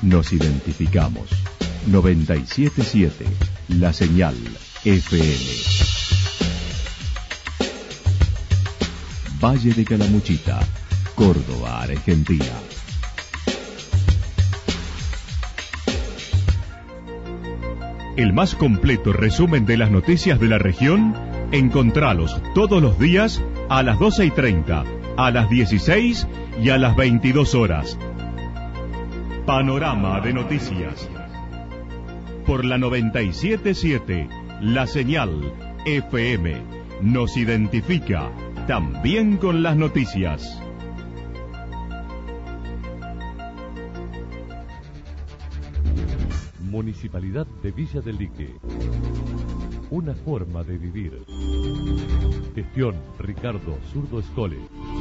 Nos identificamos. 977 La Señal FM. Valle de Calamuchita, Córdoba, Argentina. El más completo resumen de las noticias de la región, encontralos todos los días a las 12:30, a las 16 y a las 22 horas. Panorama de Noticias. Por la 977, La Señal FM. Nos identifica también con las noticias. Municipalidad de Villa del Lique. Una forma de vivir. Gestión Ricardo Zurdo Escole.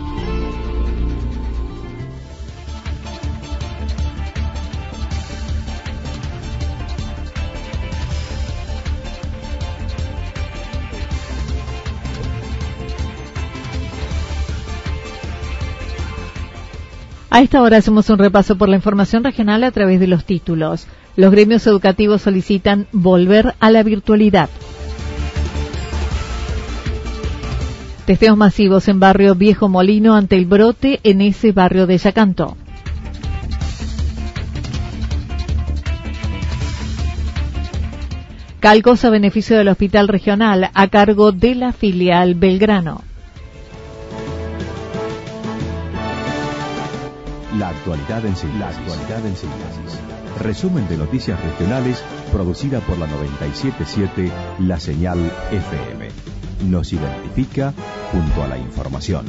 A esta hora hacemos un repaso por la información regional a través de los títulos. Los gremios educativos solicitan volver a la virtualidad. Testeos masivos en barrio Viejo Molino ante el brote en ese barrio de Yacanto. Calcos a beneficio del hospital regional a cargo de la filial Belgrano. La actualidad en síntesis. Resumen de noticias regionales producida por la 977 La Señal FM. Nos identifica junto a la información.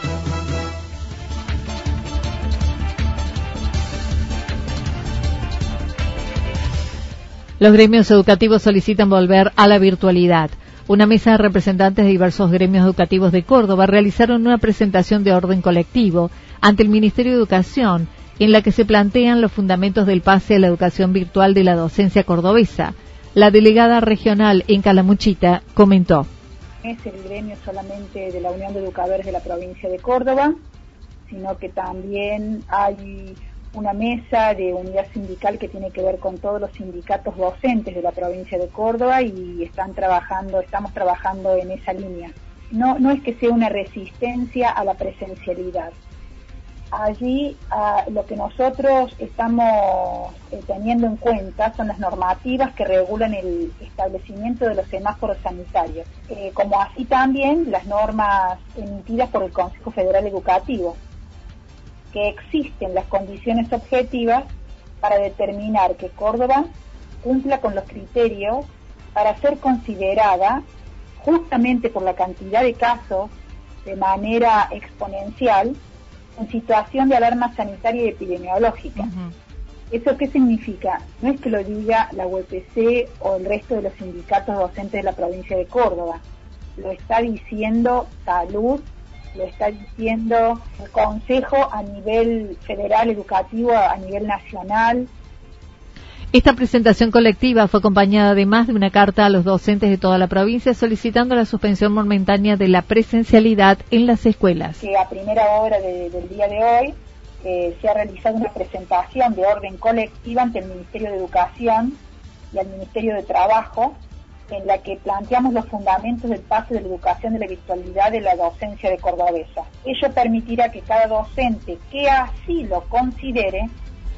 Los gremios educativos solicitan volver a la virtualidad. Una mesa de representantes de diversos gremios educativos de Córdoba realizaron una presentación de orden colectivo ante el Ministerio de Educación, en la que se plantean los fundamentos del pase a la educación virtual de la docencia cordobesa. La delegada regional en Calamuchita comentó. Es el gremio solamente de la Unión de Educadores de la provincia de Córdoba, sino que también hay una mesa de unidad sindical que tiene que ver con todos los sindicatos docentes de la provincia de Córdoba y estamos trabajando en esa línea. No es que sea una resistencia a la presencialidad. Allí lo que nosotros estamos teniendo en cuenta son las normativas que regulan el establecimiento de los semáforos sanitarios, como así también las normas emitidas por el Consejo Federal Educativo, que existen las condiciones objetivas para determinar que Córdoba cumpla con los criterios para ser considerada, justamente por la cantidad de casos de manera exponencial, en situación de alarma sanitaria y epidemiológica. Uh-huh. ¿Eso qué significa? No es que lo diga la UPC o el resto de los sindicatos docentes de la provincia de Córdoba, lo está diciendo Salud, lo está diciendo el Consejo a nivel federal educativo, a nivel nacional. Esta presentación colectiva fue acompañada además de una carta a los docentes de toda la provincia solicitando la suspensión momentánea de la presencialidad en las escuelas. Que a primera hora del día de hoy se ha realizado una presentación de orden colectiva ante el Ministerio de Educación y al Ministerio de Trabajo, en la que planteamos los fundamentos del pase de la educación de la virtualidad de la docencia de cordobesa. Ello permitirá que cada docente que así lo considere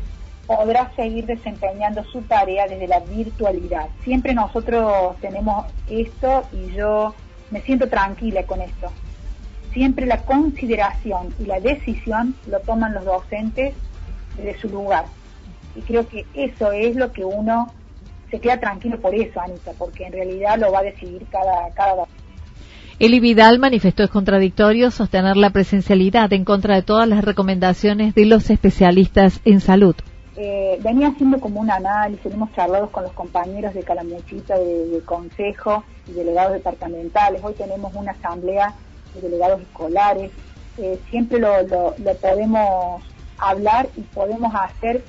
podrá seguir desempeñando su tarea desde la virtualidad. Siempre nosotros tenemos esto y yo me siento tranquila con esto. Siempre la consideración y la decisión lo toman los docentes desde su lugar. Y creo que eso es lo que uno se queda tranquilo por eso, Anita, porque en realidad lo va a decidir cada docente. Eli Vidal manifestó es contradictorio sostener la presencialidad en contra de todas las recomendaciones de los especialistas en salud. Venía haciendo como un análisis, hemos charlado con los compañeros de Calamuchita, de Consejo y delegados departamentales. Hoy tenemos una asamblea de delegados escolares. Siempre lo podemos hablar y podemos hacer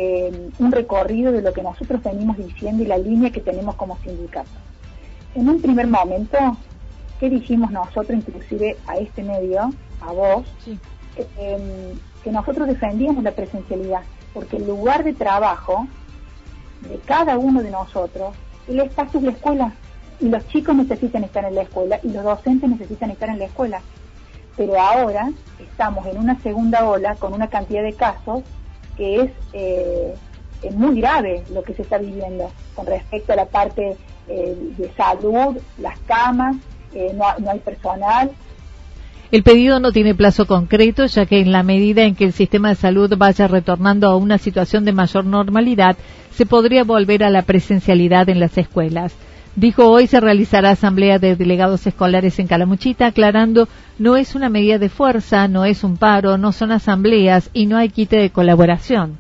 un recorrido de lo que nosotros venimos diciendo y la línea que tenemos como sindicato. En un primer momento, ¿qué dijimos nosotros, inclusive a este medio, a vos? Sí. Que nosotros defendíamos la presencialidad, porque el lugar de trabajo de cada uno de nosotros, el espacio es la escuela, y los chicos necesitan estar en la escuela, y los docentes necesitan estar en la escuela. Pero ahora estamos en una segunda ola con una cantidad de casos que es muy grave lo que se está viviendo con respecto a la parte de salud, las camas, no hay personal. El pedido no tiene plazo concreto, ya que en la medida en que el sistema de salud vaya retornando a una situación de mayor normalidad, se podría volver a la presencialidad en las escuelas. Dijo, hoy se realizará asamblea de delegados escolares en Calamuchita, aclarando, no es una medida de fuerza, no es un paro, no son asambleas y no hay quite de colaboración.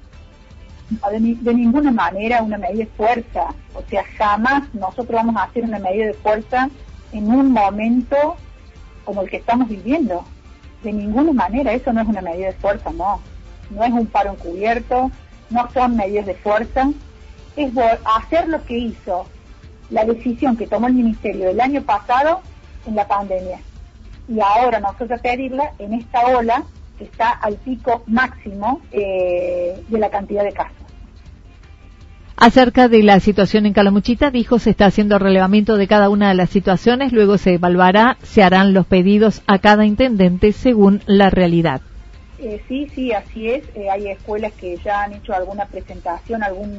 De ninguna manera una medida de fuerza, o sea, jamás nosotros vamos a hacer una medida de fuerza en un momento como el que estamos viviendo. De ninguna manera, eso no es una medida de fuerza, no es un paro encubierto, no son medidas de fuerza, es hacer lo que hizo la decisión que tomó el Ministerio el año pasado en la pandemia, y ahora nosotros pedirla en esta ola que está al pico máximo de la cantidad de casos. Acerca de la situación en Calamuchita, dijo, se está haciendo relevamiento de cada una de las situaciones, luego se evaluará, se harán los pedidos a cada intendente según la realidad. Sí, así es. Hay escuelas que ya han hecho alguna presentación, algún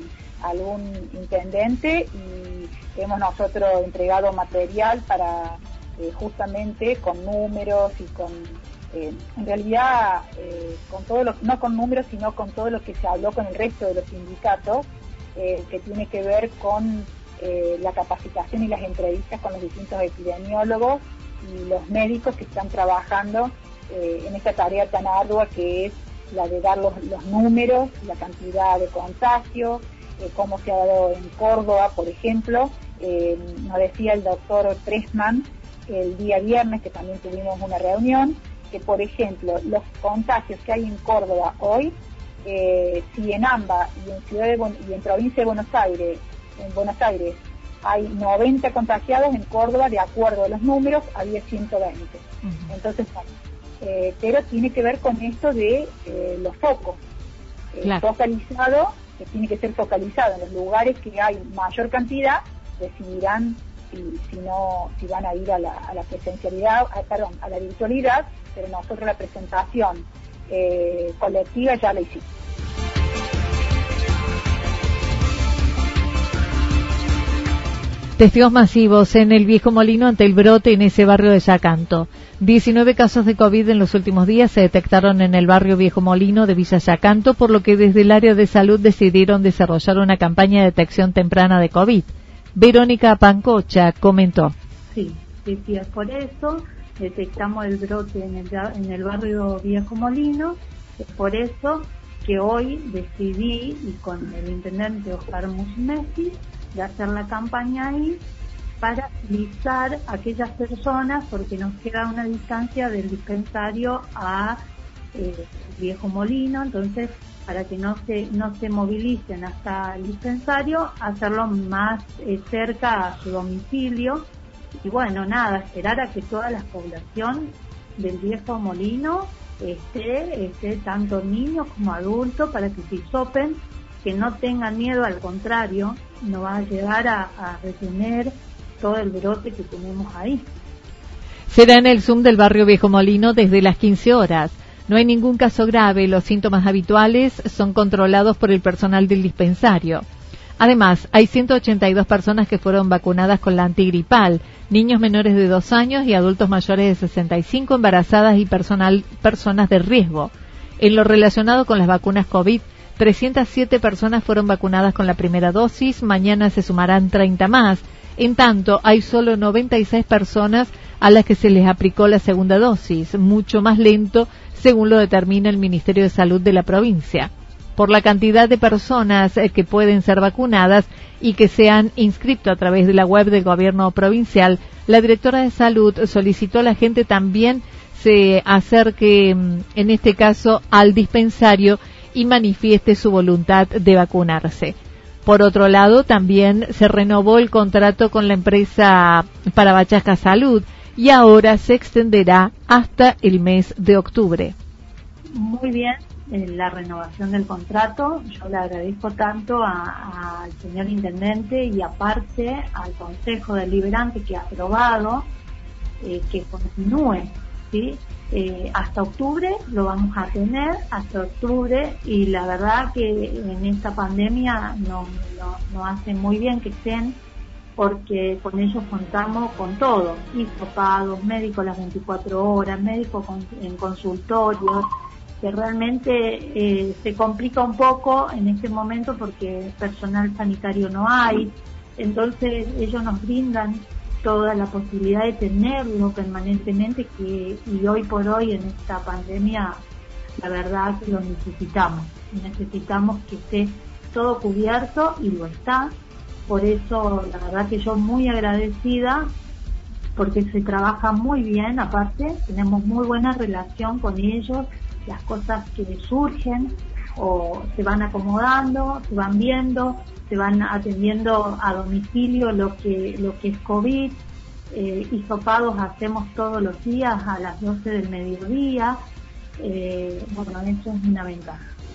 intendente, y hemos nosotros entregado material para justamente con números y con... en realidad, con todo no con números, sino con todo lo que se habló con el resto de los sindicatos, que tiene que ver con la capacitación y las entrevistas con los distintos epidemiólogos y los médicos que están trabajando en esta tarea tan ardua que es la de dar los números, la cantidad de contagios, cómo se ha dado en Córdoba, por ejemplo. Nos decía el doctor Pressman el día viernes, que también tuvimos una reunión, que por ejemplo los contagios que hay en Córdoba hoy, si en AMBA y en provincia de Buenos Aires hay 90 contagiados, en Córdoba, de acuerdo a los números, había 120. Uh-huh. Entonces, pero tiene que ver con esto de los focos. Claro. Focalizado, que tiene que ser focalizado en los lugares que hay mayor cantidad, decidirán si van a ir a la presencialidad, a la virtualidad, pero nosotros la presentación colectiva ya la hicimos. Testigos masivos en el Viejo Molino ante el brote en ese barrio de Yacanto. 19 casos de COVID en los últimos días se detectaron en el barrio Viejo Molino de Villa Yacanto, por lo que desde el área de salud decidieron desarrollar una campaña de detección temprana de COVID. Verónica Pancocha comentó. Sí, es por eso detectamos el brote en el barrio Viejo Molino. Es por eso que hoy decidí, y con el intendente Oscar Musmesi, de hacer la campaña ahí para avisar a aquellas personas, porque nos queda una distancia del dispensario a Viejo Molino, entonces para que no se movilicen hasta el dispensario, hacerlo más cerca a su domicilio. Y bueno, nada, esperar a que toda la población del Viejo Molino esté tanto niños como adultos, para que se hisopen, que no tengan miedo, al contrario, no va a llegar a retener todo el brote que tenemos ahí. Será en el Zoom del barrio Viejo Molino desde las 15 horas. No hay ningún caso grave, los síntomas habituales son controlados por el personal del dispensario. Además, hay 182 personas que fueron vacunadas con la antigripal, niños menores de 2 años y adultos mayores de 65, embarazadas y personas de riesgo. En lo relacionado con las vacunas COVID, 307 personas fueron vacunadas con la primera dosis, mañana se sumarán 30 más. En tanto, hay solo 96 personas a las que se les aplicó la segunda dosis, mucho más lento, según lo determina el Ministerio de Salud de la provincia. Por la cantidad de personas que pueden ser vacunadas y que se han inscrito a través de la web del gobierno provincial, la directora de salud solicitó a la gente también se acerque, en este caso, al dispensario y manifieste su voluntad de vacunarse. Por otro lado, también se renovó el contrato con la empresa Parabachasca Salud y ahora se extenderá hasta el mes de octubre. Muy bien. la renovación del contrato. Yo le agradezco tanto al señor intendente y aparte al Consejo Deliberante que ha aprobado que continúe, ¿sí? Hasta octubre lo vamos a tener, hasta octubre, y la verdad que en esta pandemia nos hace muy bien que estén, porque con ellos contamos con todo, hisopados, médicos las 24 horas, médicos en consultorios, que realmente se complica un poco en este momento porque personal sanitario no hay, entonces ellos nos brindan toda la posibilidad de tenerlo permanentemente, y hoy por hoy en esta pandemia la verdad que lo necesitamos que esté todo cubierto, y lo está. Por eso la verdad que yo muy agradecida, porque se trabaja muy bien, aparte tenemos muy buena relación con ellos, las cosas que surgen o se van acomodando, se van viendo, se van atendiendo a domicilio lo que es COVID. Hisopados hacemos todos los días a las 12 del mediodía. Bueno, eso es una ventaja.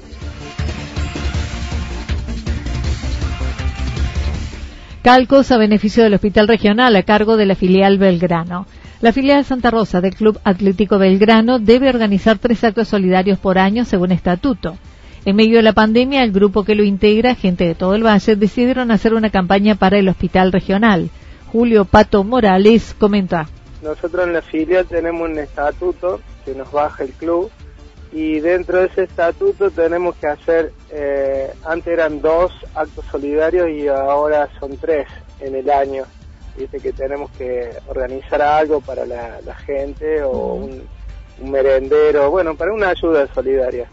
Calcos a beneficio del Hospital Regional a cargo de la filial Belgrano. La filial Santa Rosa del Club Atlético Belgrano debe organizar 3 actos solidarios por año según estatuto. En medio de la pandemia, el grupo que lo integra, gente de todo el valle, decidieron hacer una campaña para el Hospital Regional. Julio Pato Morales comenta. Nosotros en la filial tenemos un estatuto que nos baja el club, y dentro de ese estatuto tenemos que hacer, antes eran 2 actos solidarios y ahora son 3 en el año. Dice que tenemos que organizar algo para la gente, o un merendero, bueno, para una ayuda solidaria.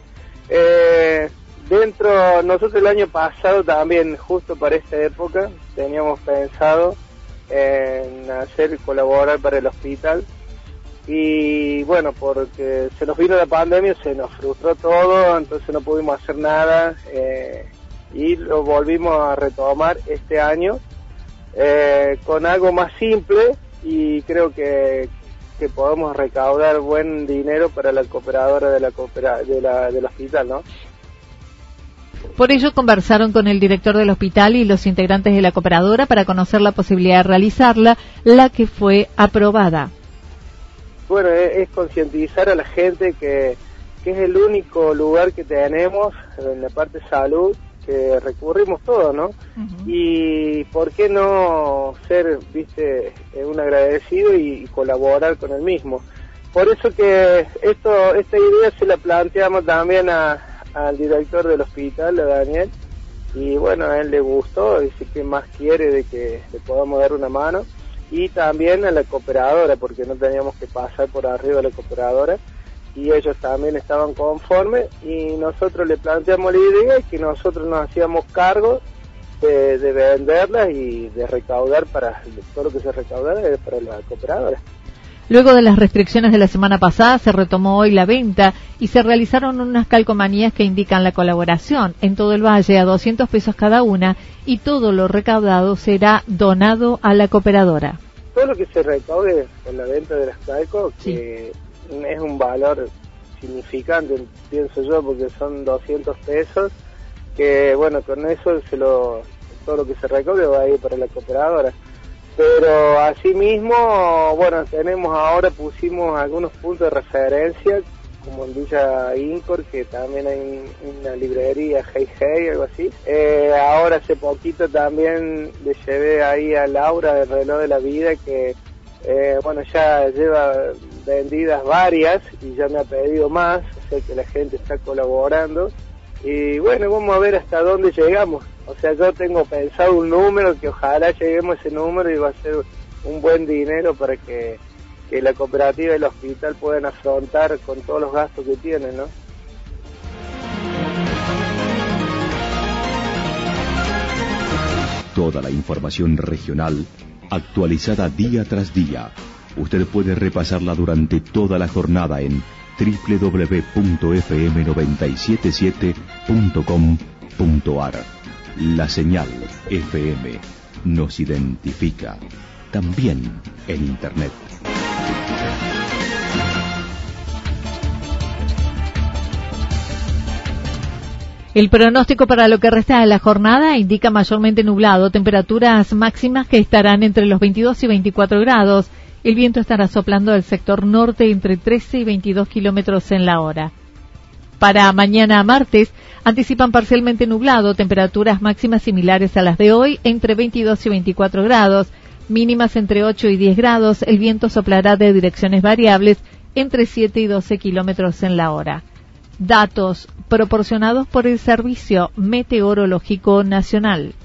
Nosotros el año pasado también, justo para esta época, teníamos pensado en colaborar para el hospital, y bueno, porque se nos vino la pandemia, se nos frustró todo, entonces no pudimos hacer nada, y lo volvimos a retomar este año con algo más simple, y creo que podemos recaudar buen dinero para la cooperadora del hospital, ¿no? Por ello conversaron con el director del hospital y los integrantes de la cooperadora para conocer la posibilidad de realizarla, la que fue aprobada. Bueno, es concientizar a la gente que es el único lugar que tenemos en la parte de salud que recurrimos todos, ¿no? Y por qué no ser, un agradecido y colaborar con el mismo. Por eso que esta idea se la planteamos también al director del hospital, a Daniel, y bueno, a él le gustó, dice que más quiere de que le podamos dar una mano, y también a la cooperadora, porque no teníamos que pasar por arriba de la cooperadora, y ellos también estaban conformes, y nosotros le planteamos la idea y que nosotros nos hacíamos cargo de venderlas y de recaudar para todo lo que se recaudara para la cooperadora. Luego de las restricciones de la semana pasada, se retomó hoy la venta y se realizaron unas calcomanías que indican la colaboración en todo el valle a 200 pesos cada una, y todo lo recaudado será donado a la cooperadora. Todo lo que se recaude con la venta de las calcos, que es un valor significante, pienso yo, porque son 200 pesos, que bueno, con eso todo lo que se recaude va a ir para la cooperadora. Pero asimismo, bueno, pusimos algunos puntos de referencia, como en Villa Incor, que también hay una librería, Hey, algo así. Ahora hace poquito también le llevé ahí a Laura del Reloj de la Vida, que bueno, ya lleva vendidas varias y ya me ha pedido más, o sea que la gente está colaborando. Y bueno, vamos a ver hasta dónde llegamos. O sea, yo tengo pensado un número que ojalá lleguemos a ese número, y va a ser un buen dinero para que la cooperativa y el hospital puedan afrontar con todos los gastos que tienen, ¿no? Toda la información regional actualizada día tras día. Usted puede repasarla durante toda la jornada en www.fm977.com.ar. La señal FM nos identifica, también en Internet. El pronóstico para lo que resta de la jornada indica mayormente nublado, temperaturas máximas que estarán entre los 22 y 24 grados. El viento estará soplando del sector norte entre 13 y 22 kilómetros en la hora. Para mañana martes, anticipan parcialmente nublado, temperaturas máximas similares a las de hoy, entre 22 y 24 grados, mínimas entre 8 y 10 grados. El viento soplará de direcciones variables entre 7 y 12 kilómetros en la hora. Datos proporcionados por el Servicio Meteorológico Nacional.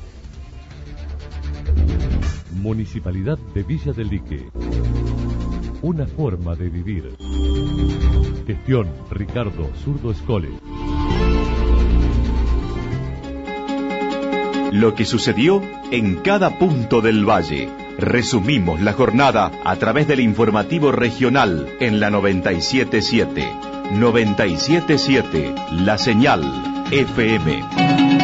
Municipalidad de Villa del Lique. Una forma de vivir. Gestión Ricardo Zurdo Escole. Lo que sucedió en cada punto del valle. Resumimos la jornada a través del informativo regional en la 97.7. 97.7, La Señal FM.